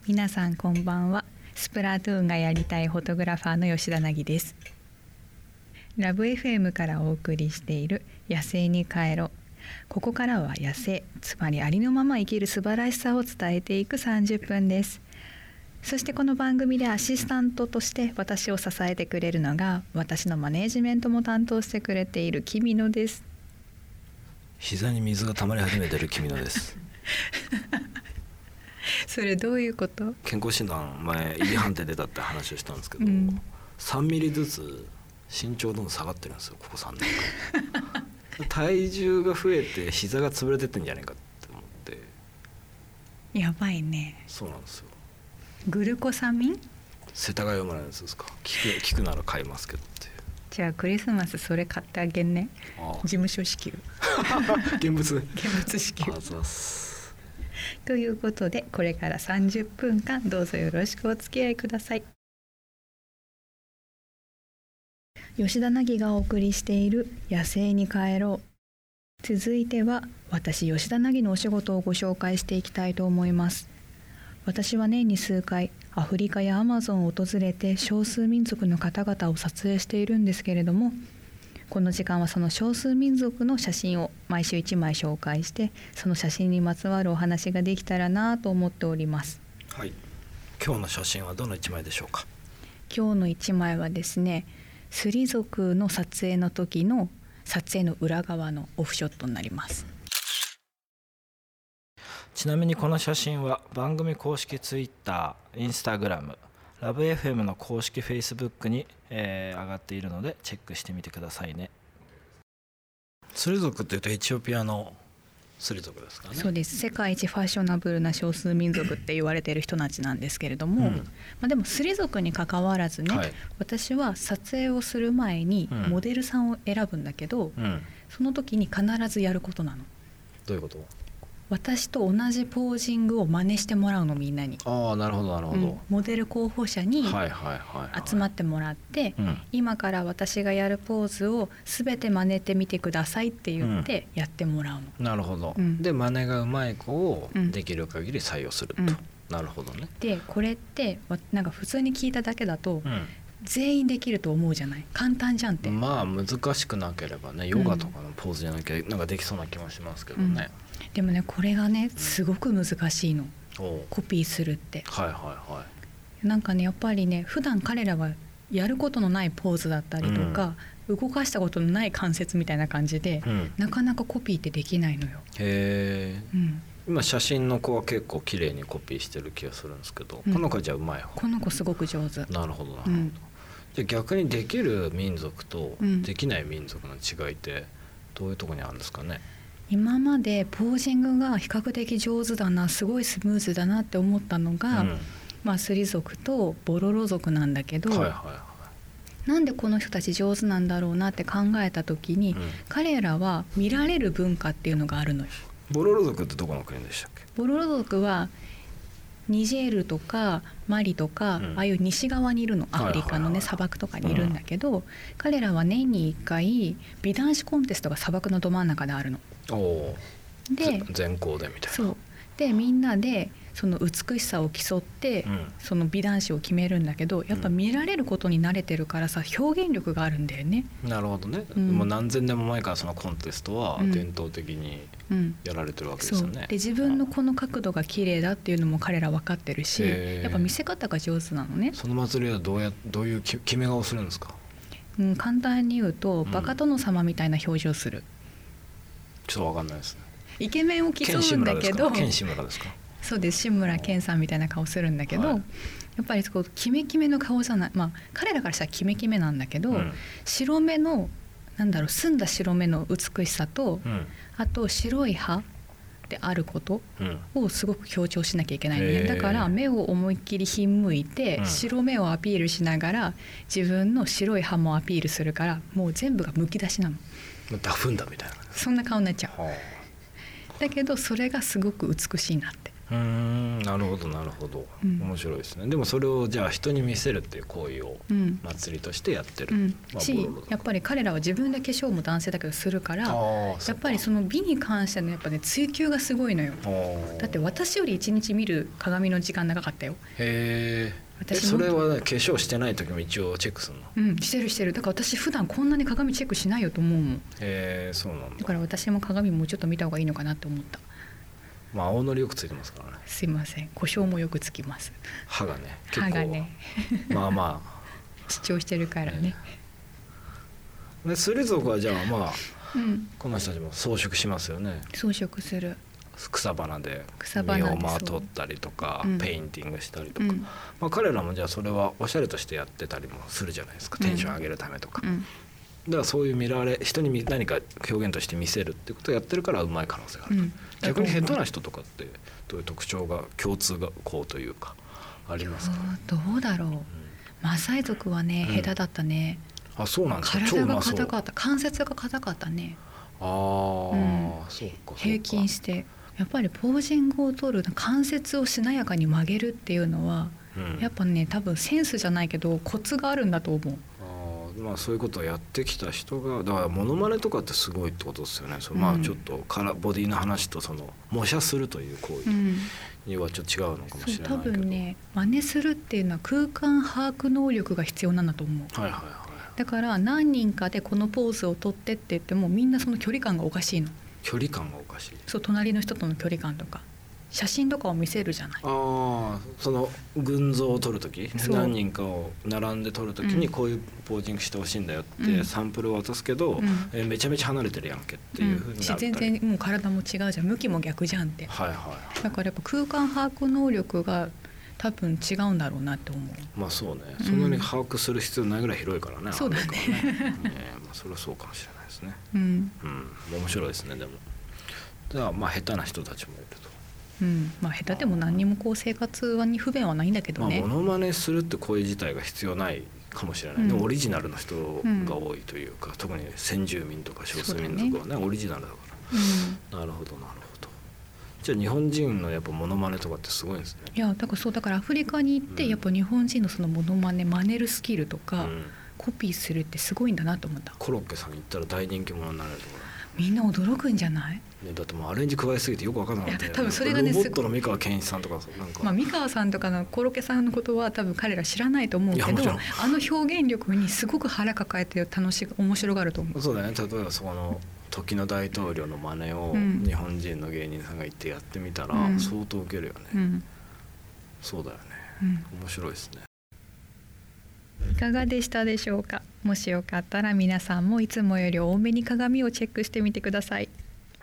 皆さんこんばんは。スプラトゥーンがやりたいフォトグラファーの吉田凪です。ラブ FM からお送りしている野生に帰ろう。ここからは野生、つまりありのまま生きる素晴らしさを伝えていく30分です。そしてこの番組でアシスタントとして私を支えてくれるのが、私のマネージメントも担当してくれている君野です。 膝に水が溜まり始めてる君野ですそれどういうこと？ 健康診断前 E 判定出たって話をしたんですけど、3ミリずつ身長どんどん下がってるんですよ、ここ3年間体重が増えて膝が潰れてってんじゃないかって思って。 やばいね。 そうなんですよ。 グルコサミン？ 世田谷生まれのやつですか。聞くなら買いますけどっていう。 じゃあクリスマスそれ買ってあげんね。事務所支給現物支給あざす。 ということで、これから30分間どうぞよろしくお付き合いください。吉田凪がお送りしている野生に帰ろう。続いては私吉田凪のお仕事をご紹介していきたいと思います。私は年に数回アフリカやアマゾンを訪れて少数民族の方々を撮影しているんですけれども、この時間はその少数民族の写真を毎週1枚紹介して、その写真にまつわるお話ができたらなと思っております。 はい、今日の写真はどの1枚でしょうか。 今日の1枚はですね、スリ族の撮影の時の撮影の裏側のオフショットになります。 ちなみにこの写真は番組公式 Twitter、Instagram、ラブ FM の公式 Facebook に、上がっているのでチェックしてみてくださいね。スリ族っていうとエチオピアのスリ族ですかね。 そうです。世界一ファッショナブルな少数民族って言われている人たちなんですけれども、でもスリ族に関わらずね、私は撮影をする前にモデルさんを選ぶんだけど、その時に必ずやることなの。 どういうこと？ 私と同じポージングを真似してもらうの、みんなに。 ああ、なるほどなるほど、 モデル候補者に集まってもらって、今から私がやるポーズを全て真似てみてくださいって言ってやってもらうの。 なるほど、で真似がうまい子をできる限り採用すると、なるほどね。 でこれってなんか普通に聞いただけだと、全員できると思うじゃない。簡単じゃんって。 まあ難しくなければね、ヨガとかのポーズじゃなきゃなんかできそうな気もしますけどね、 でもね、これがねすごく難しいの、コピーするって。なんかね、やっぱりね、普段彼らはやることのないポーズだったりとか、動かしたことのない関節みたいな感じで、なかなかコピーってできないのよ。 へー、今写真の子は結構綺麗にコピーしてる気がするんですけど、この子じゃうまい方。 この子すごく上手。 なるほどなるほど、じゃあ逆にできる民族とできない民族の違いってどういうところにあるんですかね。 今までポージングが比較的上手だな、すごいスムーズだなって思ったのが、スリ族とボロロ族なんだけど、なんでこの人たち上手なんだろうなって考えた時に、彼らは見られる文化っていうのがあるのよ。 ボロロ族ってどこの国でしたっけ。 ボロロ族はニジェールとかマリとか、ああいう西側にいるの。アフリカのね、砂漠とかにいるんだけど、彼らは年に1回美男子コンテストが砂漠のど真ん中であるの。 で全校でみたいな。 そうで、みんなでその美しさを競って、その美男子を決めるんだけど、やっぱ見られることに慣れてるからさ、表現力があるんだよね。 なるほどね、もう何千年も前からそのコンテストは伝統的にやられてるわけですよね。 そうで、自分のこの角度が綺麗だっていうのも彼ら分かってるし、やっぱ見せ方が上手なのね。 その祭りはどういう決め顔をするんですか。 簡単に言うと、バカ殿様みたいな表情する。 ちょっと分かんないですね。イケメンを競うんだけど、 剣志村ですか。 そうです、志村けんさんみたいな顔するんだけど、やっぱりこうキメキメの顔じゃない、彼らからしたらキメキメなんだけど、白目の澄んだ白目の美しさと、あと白い歯であることをすごく強調しなきゃいけないね。だから目を思いっきりひんむいて、白目をアピールしながら自分の白い歯もアピールするから、もう全部がむき出しなの。 ダフンだみたいな、 そんな顔になっちゃう。だけどそれがすごく美しいなって。 なるほどなるほど、面白いですね。でもそれをじゃあ人に見せるっていう行為を祭りとしてやってる、 やっぱり彼らは自分で化粧も男性だけどするから、やっぱりその美に関してのやっぱね追求がすごいのよ。だって私より1日見る鏡の時間長かったよ。 へえ。それは、ね、化粧してない時も一応チェックするの？ してる。だから私普段こんなに鏡チェックしないよと思うもん。 そうなんだ。 だから私も鏡もうちょっと見た方がいいのかなって思った。 青のりよくついてますからね。 すいません、胡椒もよくつきます。 歯がね結構歯がね主張してるからね。 でスリ族はじゃあこの人たちも装飾しますよね。 装飾する。 草花で実をまとったりとか、ペインティングしたりとか、彼らもじゃあそれはおしゃれとしてやってたりもするじゃないですか、テンション上げるためとか、だからそういう人に何か表現として見せるってことをやってるからうまい可能性がある、逆に下手な人とかってどういう特徴が共通項というかありますか？ どうだろう、マサイ族はね下手だったね。 そうなんですか。 体が硬かった、関節が硬かったね。 そうか。 平均してやっぱりポージングを取る関節をしなやかに曲げるっていうのは、やっぱね多分センスじゃないけどコツがあるんだと思う。 そういうことをやってきた人が、だからモノマネとかってすごいってことですよね。ちょっとボディの話と模写するという行為にはちょっと違うのかもしれないけど、 多分ね真似するっていうのは空間把握能力が必要なんだと思う。だから何人かでこのポーズを取ってって言ってもみんなその距離感がおかしいの。 距離感がおかしい。 そう、隣の人との距離感とか写真とかを見せるじゃない。 その群像を撮るとき、何人かを並んで撮るときにこういうポージングしてほしいんだよってサンプルを渡すけど、めちゃめちゃ離れてるやんけっていうふうになったり、 全然もう体も違うじゃん、向きも逆じゃんって、だからやっぱ空間把握能力が多分違うんだろうなって思う。 そうね、そんなに把握する必要ないぐらい広いからね。 そうだね。 それはそうかもしれないですね。面白いですね。でもじゃあ下手な人たちもいると。 下手でも何にも生活に不便はないんだけどね。 モノマネするって行為自体が必要ないかもしれない、でもオリジナルの人が多いというか、特に先住民とか少数民族はねオリジナルだから、なるほど。じゃあ日本人のやっぱモノマネとかってすごいんですね。 いやだからアフリカに行ってやっぱ日本人のそのモノマネ真似るスキルとか、コピーするってすごいんだなと思った。 コロッケさん行ったら大人気者になれるところ。 みんな驚くんじゃない？ だってもうアレンジ加えすぎてよく分からなかったよ。 多分それがね、 ロボットの三河健一さんとか三河さんとかのコロッケさんのことは多分彼ら知らないと思うけど、あの表現力にすごく腹抱えて面白がると思う。 そうだね。例えばそこの時の大統領の真似を日本人の芸人さんが言ってやってみたら相当ウケるよね。そうだよね。面白いですね。 いかがでしたでしょうか。もしよかったら皆さんもいつもより多めに鏡をチェックしてみてください。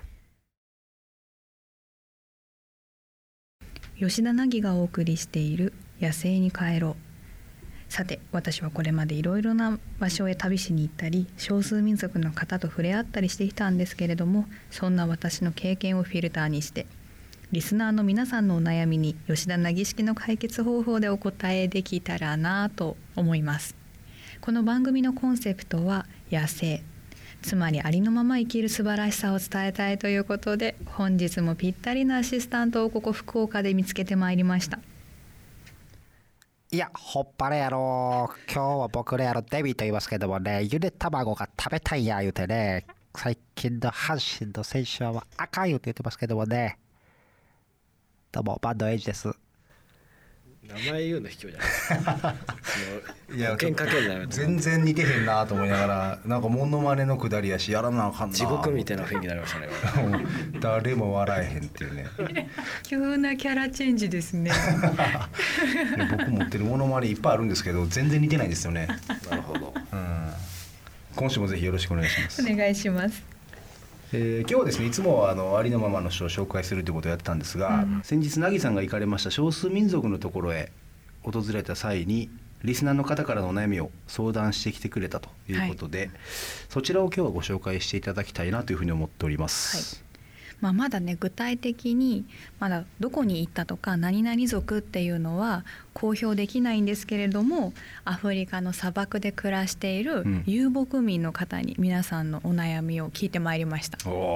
吉田凪がお送りしている野生に帰ろう。さて、私はこれまでいろいろな場所へ旅しに行ったり、少数民族の方と触れ合ったりしてきたんですけれども、そんな私の経験をフィルターにしてリスナーの皆さんのお悩みに吉田凪式の解決方法でお答えできたらなと思います。この番組のコンセプトは野生、つまりありのまま生きる素晴らしさを伝えたいということで、本日もぴったりなアシスタントをここ福岡で見つけてまいりました。 いや、ほっぱれやろ。今日は僕らデビーと言いますけどもね、ゆで卵が食べたいや言うてね、最近の阪神の選手は赤いよって言ってますけどもね。どうもバンドエイジです。 名前言うの卑怯じゃないですか。いや、 全然似てへんなと思いながら、なんかモノマネのくだりやしやらなあかんな。 地獄みたいな雰囲気になりましたね。 誰も笑えへんっていうね。 急なキャラチェンジですね。 僕持ってるモノマネいっぱいあるんですけど全然似てないんですよね。 なるほど。 今週もぜひよろしくお願いします。 お願いします。 今日はですね、いつもありのままの人を紹介するということをやってたんですが、先日凪さんが行かれました少数民族のところへ訪れた際にリスナーの方からのお悩みを相談してきてくれたということで、そちらを今日はご紹介していただきたいなというふうに思っております。 まだね具体的にまだどこに行ったとか何々族っていうのは公表できないんですけれども、アフリカの砂漠で暮らしている遊牧民の方に皆さんのお悩みを聞いてまいりました。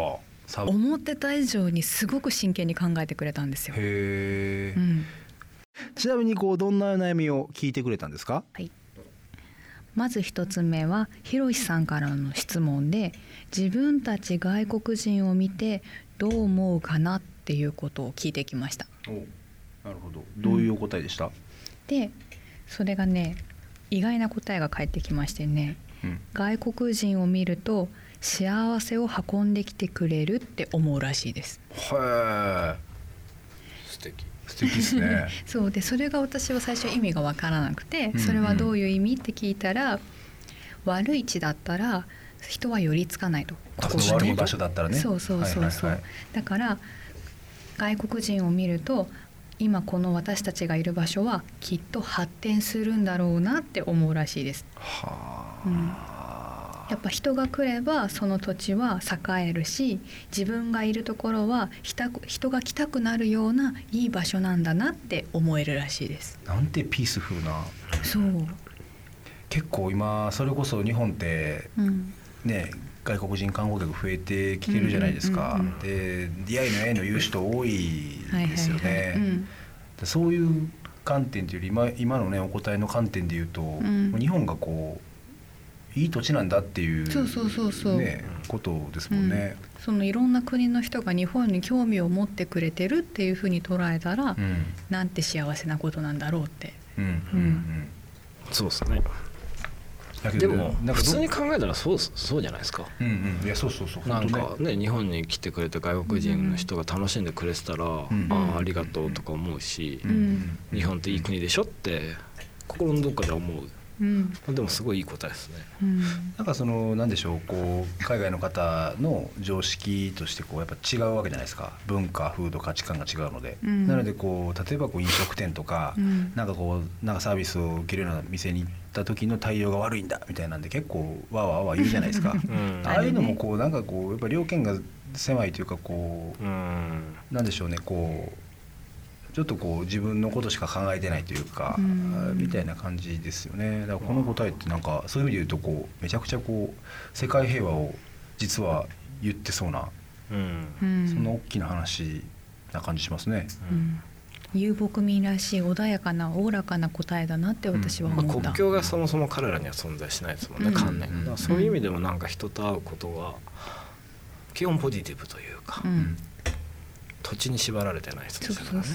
思ってた以上にすごく真剣に考えてくれたんですよ。 へえ、 うん、 ちなみにこうどんな悩みを聞いてくれたんですか？ はい、まず一つ目はひろしさんからの質問で、自分たち外国人を見てどう思うかなっていうことを聞いてきました。 お、なるほど。どういうお答えでした？ でそれがね、意外な答えが返ってきましてね、外国人を見ると幸せを運んできてくれるって思うらしいです。 へえ、 素敵ですね。 そうで、それが私は最初意味が分からなくて、それはどういう意味って聞いたら、悪い地だったら人は寄りつかないと。 その悪い場所だったらね。 そうそうそうそう、だから外国人を見ると、今この私たちがいる場所はきっと発展するんだろうなって思うらしいです。 はあ、やっぱ人が来ればその土地は栄えるし、自分がいるところは人が来たくなるようないい場所なんだなって思えるらしいです。 なんてピースフルな。 そう、 結構今それこそ日本ってね、外国人観光客増えてきてるじゃないですか。で出会いの縁の言う人多いですよね。そういう観点というより今のねお答えの観点で言うと、日本がこういい土地なんだっていうねことですもんね。 そのいろんな国の人が日本に興味を持ってくれてるっていうふうに捉えたら、なんて幸せなことなんだろうって。 そうですね。でも普通に考えたらそうじゃないですか。 いやそうなんかね、日本に来てくれて外国人の人が楽しんでくれてたら、ありがとうとか思うし、日本っていい国でしょって心のどっかで思う。でもすごいいい答えですね。 なんかそのなんでしょう、こう海外の方の常識としてこうやっぱ違うわけじゃないですか。文化、風土、価値観が違うので、なのでこう例えばこう飲食店とか、なんかサービスを受けるような店に行った時の対応が悪いんだみたいなんで結構わーわーわー言うじゃないですか。ああいうのもこうなんかこうやっぱ猟犬が狭いというかこう、なんでしょうね、こうちょっとこう自分のことしか考えてないというか、みたいな感じですよね。だからこの答えってなんかそういう意味で言うとこうめちゃくちゃこう世界平和を実は言ってそうな、そんな大きな話な感じしますね。 遊牧民らしい穏やかなおおらかな答えだなって私は思った。 国境がそもそも彼らには存在しないですもんね、観念が。そういう意味でもなんか人と会うことは基本ポジティブというか、土地に縛られてない人ですからね。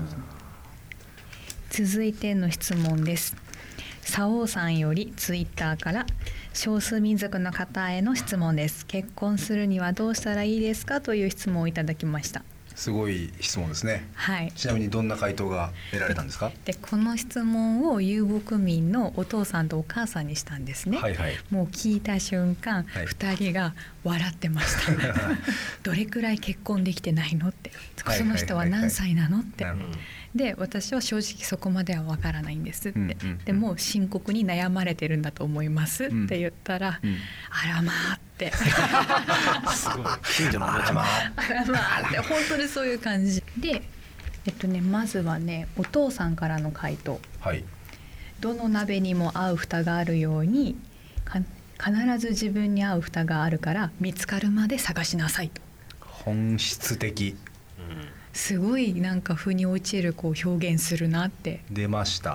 続いての質問です。佐王さんよりツイッターから、少数民族の方への質問です。結婚するにはどうしたらいいですかという質問をいただきました。 すごい質問ですね。 はい。 ちなみにどんな回答が得られたんですか？ でこの質問を遊牧民のお父さんとお母さんにしたんですね。もう聞いた瞬間、2人が笑ってました。どれくらい結婚できてないのって、その人は何歳なのって。で私は正直そこまではわからないんですって、でも深刻に悩まれてるんだと思いますって言ったら、あらまあってすごい近所のおばちゃん、あらまあって本当にそういう感じで、まずはね、お父さんからの回答、どの鍋にも合う蓋があるように必ず自分に合う蓋があるから見つかるまで探しなさいと。 本質的、 すごいなんか腑に落ちるこう表現するなって。出ました、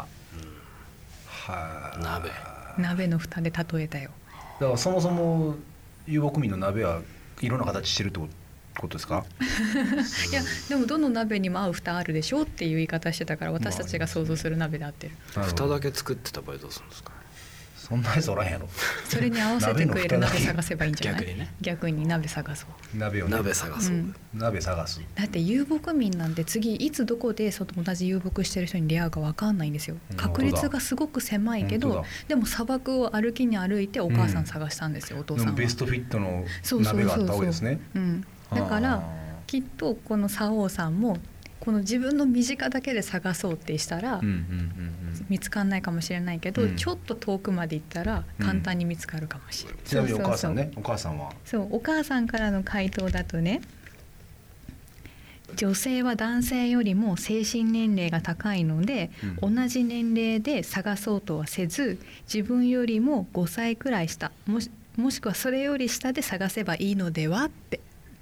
鍋の蓋で例えたよ。 だからそもそも遊牧民の鍋はいろんな形してるってことですか？ いやでもどの鍋にも合う蓋あるでしょっていう言い方してたから、私たちが想像する鍋で合ってる。 蓋だけ作ってた場合どうするんですか？ そんなやつおらんやろ。 それに合わせてくれる鍋探せばいいんじゃない？逆に鍋探そう。 鍋探そう、 鍋探す。 だって遊牧民なんて次いつどこで同じ遊牧してる人に出会うか分かんないんですよ。確率がすごく狭いけど、でも砂漠を歩いてお母さん探したんですよ、お父さんは。 ベストフィットの鍋があったわけですね。 だからきっとこの佐王さんもこの自分の身近だけで探そうってしたら見つかんないかもしれないけど、ちょっと遠くまで行ったら簡単に見つかるかもしれない。 ちなみにお母さんね、お母さんはお母さんからの回答だとね、女性は男性よりも精神年齢が高いので、同じ年齢で探そうとはせず、自分よりも5歳くらい下、もしくはそれより下で探せばいいのではって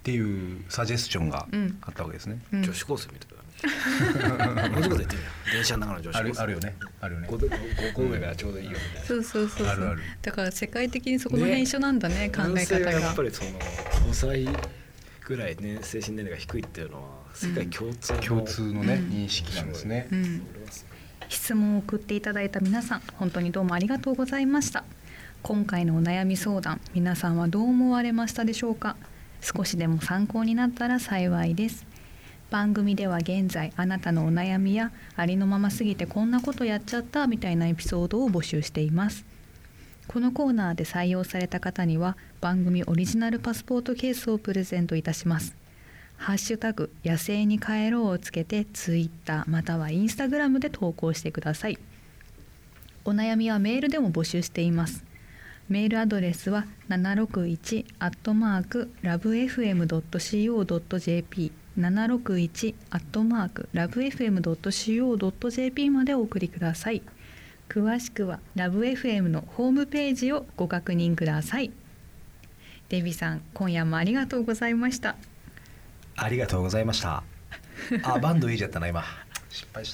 っていうサジェスチョンがあったわけですね、 女子高生みたいな同じこと言ってるよ。電車の中の女子高生あるよね高校上がちょうどいいよみたいな、 そうあるある。 だから世界的にそこの辺一緒なんだね、考え男性方ががやっぱりその5歳ぐらいね精神年齢が低いっていうのは世界共通のね、認識なんですね、 質問を送っていただいた皆さん、本当にどうもありがとうございました。今回のお悩み相談、皆さんはどう思われましたでしょうか。少しでも参考になったら幸いです。番組では現在あなたのお悩みやありのまますぎてこんなことやっちゃったみたいなエピソードを募集しています。このコーナーで採用された方には番組オリジナルパスポートケースをプレゼントいたします。ハッシュタグ野生に帰ろうをつけてツイッターまたはインスタグラムで投稿してください。お悩みはメールでも募集しています。メールアドレスは761@lovefm.co.jp761@lovefm.co.jp までお送りください。詳しくはラブ FM のホームページをご確認ください。デビさん、今夜もありがとうございました。 ありがとうございました。バンドいいじゃったな、今失敗した。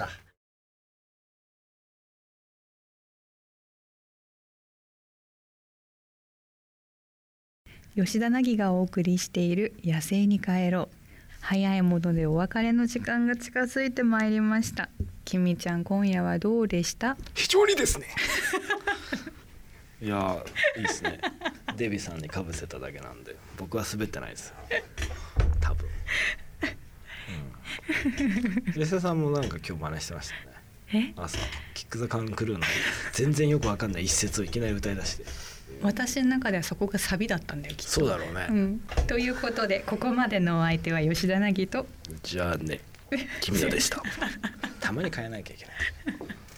吉田凪がお送りしている野生に帰ろう。早いものでお別れの時間が近づいてまいりました。きみちゃん、今夜はどうでした？ 非常にですねいやいいですね。デビさんに被せただけなんで僕は滑ってないです多分、吉田さんもなんか今日真似してましたね。朝キック・ザ・カン・クルーの全然よくわかんない一節をいきなり歌い出して、 私の中ではそこがサビだったんだよ、きっと。 そうだろうね、 ということで、ここまでのお相手は吉田凪とじゃあね君らでしたたまに変えなきゃいけない